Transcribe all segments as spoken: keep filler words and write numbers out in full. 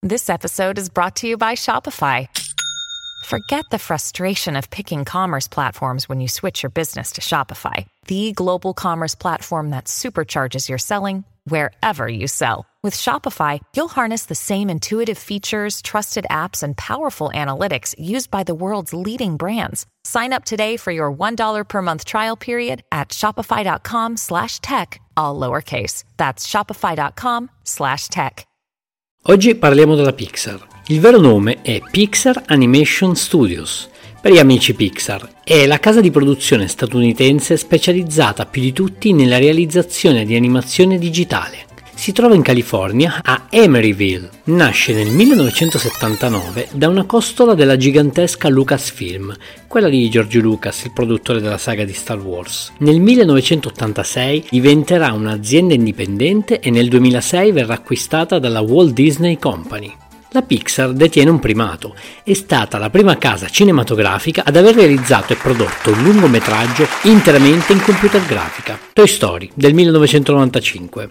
This episode is brought to you by Shopify. Forget the frustration of picking commerce platforms when you switch your business to Shopify, the global commerce platform that supercharges your selling wherever you sell. With Shopify, you'll harness the same intuitive features, trusted apps, and powerful analytics used by the world's leading brands. Sign up today for your one dollar per month trial period at shopify.com slash tech, all lowercase. That's shopify.com slash tech. Oggi parliamo della Pixar. Il vero nome è Pixar Animation Studios. Per gli amici Pixar, è la casa di produzione statunitense specializzata più di tutti nella realizzazione di animazione digitale. Si trova in California, a Emeryville. Nasce nel millenovecentosettantanove da una costola della gigantesca Lucasfilm, quella di George Lucas, il produttore della saga di Star Wars. Nel millenovecentottantasei diventerà un'azienda indipendente e nel duemilasei verrà acquistata dalla Walt Disney Company. La Pixar detiene un primato, è stata la prima casa cinematografica ad aver realizzato e prodotto un lungometraggio interamente in computer grafica, Toy Story del millenovecentonovantacinque.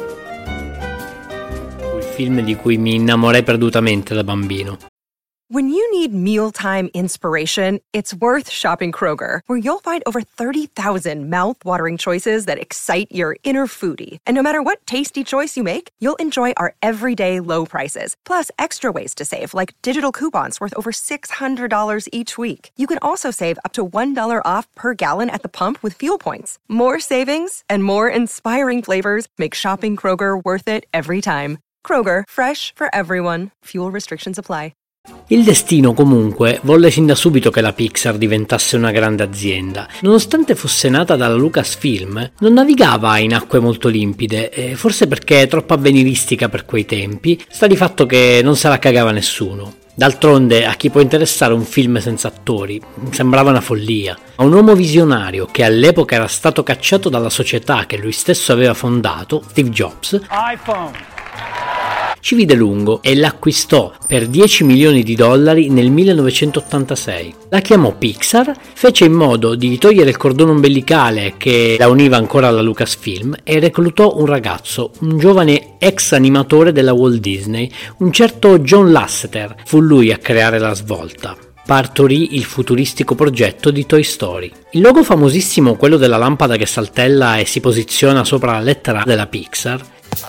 Il film di cui mi innamorai perdutamente da bambino. When you need mealtime inspiration, it's worth shopping Kroger, where you'll find over thirty thousand mouth-watering choices that excite your inner foodie. And no matter what tasty choice you make, you'll enjoy our everyday low prices, plus extra ways to save, like digital coupons worth over six hundred dollars each week. You can also save up to one dollar off per gallon at the pump with fuel points. More savings and more inspiring flavors make shopping Kroger worth it every time. Kroger, fresh for everyone. Fuel restrictions apply. Il destino comunque volle sin da subito che la Pixar diventasse una grande azienda. Nonostante fosse nata dalla Lucasfilm, non navigava in acque molto limpide, e forse perché troppo avveniristica per quei tempi, sta di fatto che non se la cagava nessuno. D'altronde, a chi può interessare un film senza attori? Sembrava una follia. A un uomo visionario che all'epoca era stato cacciato dalla società che lui stesso aveva fondato, Steve Jobs, iPhone. Ci vide lungo e l'acquistò per dieci milioni di dollari nel millenovecentottantasei. La chiamò Pixar, fece in modo di togliere il cordone ombelicale che la univa ancora alla Lucasfilm e reclutò un ragazzo, un giovane ex animatore della Walt Disney, un certo John Lasseter. Fu lui a creare la svolta. Partorì il futuristico progetto di Toy Story. Il logo famosissimo, quello della lampada che saltella e si posiziona sopra la lettera della Pixar,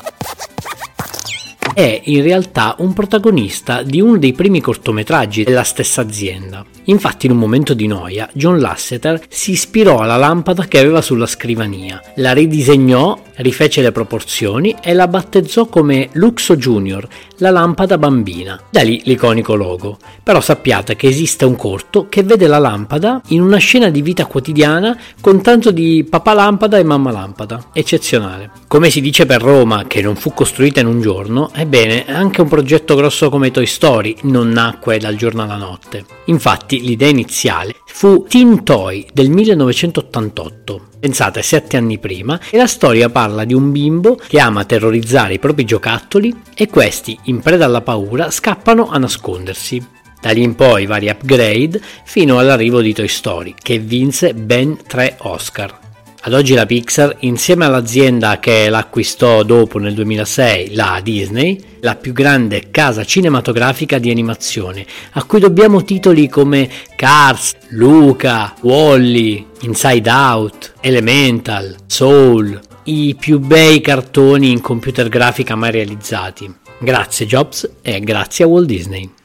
è in realtà un protagonista di uno dei primi cortometraggi della stessa azienda. Infatti, in un momento di noia, John Lasseter si ispirò alla lampada che aveva sulla scrivania, la ridisegnò, rifece le proporzioni e la battezzò come Luxo Junior, la lampada bambina. Da lì l'iconico logo. Però sappiate che esiste un corto che vede la lampada in una scena di vita quotidiana con tanto di papà lampada e mamma lampada. Eccezionale. Come si dice per Roma, che non fu costruita in un giorno, ebbene, anche un progetto grosso come Toy Story non nacque dal giorno alla notte. Infatti, l'idea iniziale fu Teen Toy del millenovecentottantotto. Pensate, sette anni prima, e la storia parla di un bimbo che ama terrorizzare i propri giocattoli e questi, in preda alla paura, scappano a nascondersi. Da lì in poi vari upgrade fino all'arrivo di Toy Story, che vinse ben tre Oscar. Ad oggi la Pixar, insieme all'azienda che l'acquistò dopo nel duemilasei, la Disney, la più grande casa cinematografica di animazione, a cui dobbiamo titoli come Cars, Luca, Wall-E, Inside Out, Elemental, Soul, i più bei cartoni in computer grafica mai realizzati. Grazie Jobs e grazie a Walt Disney.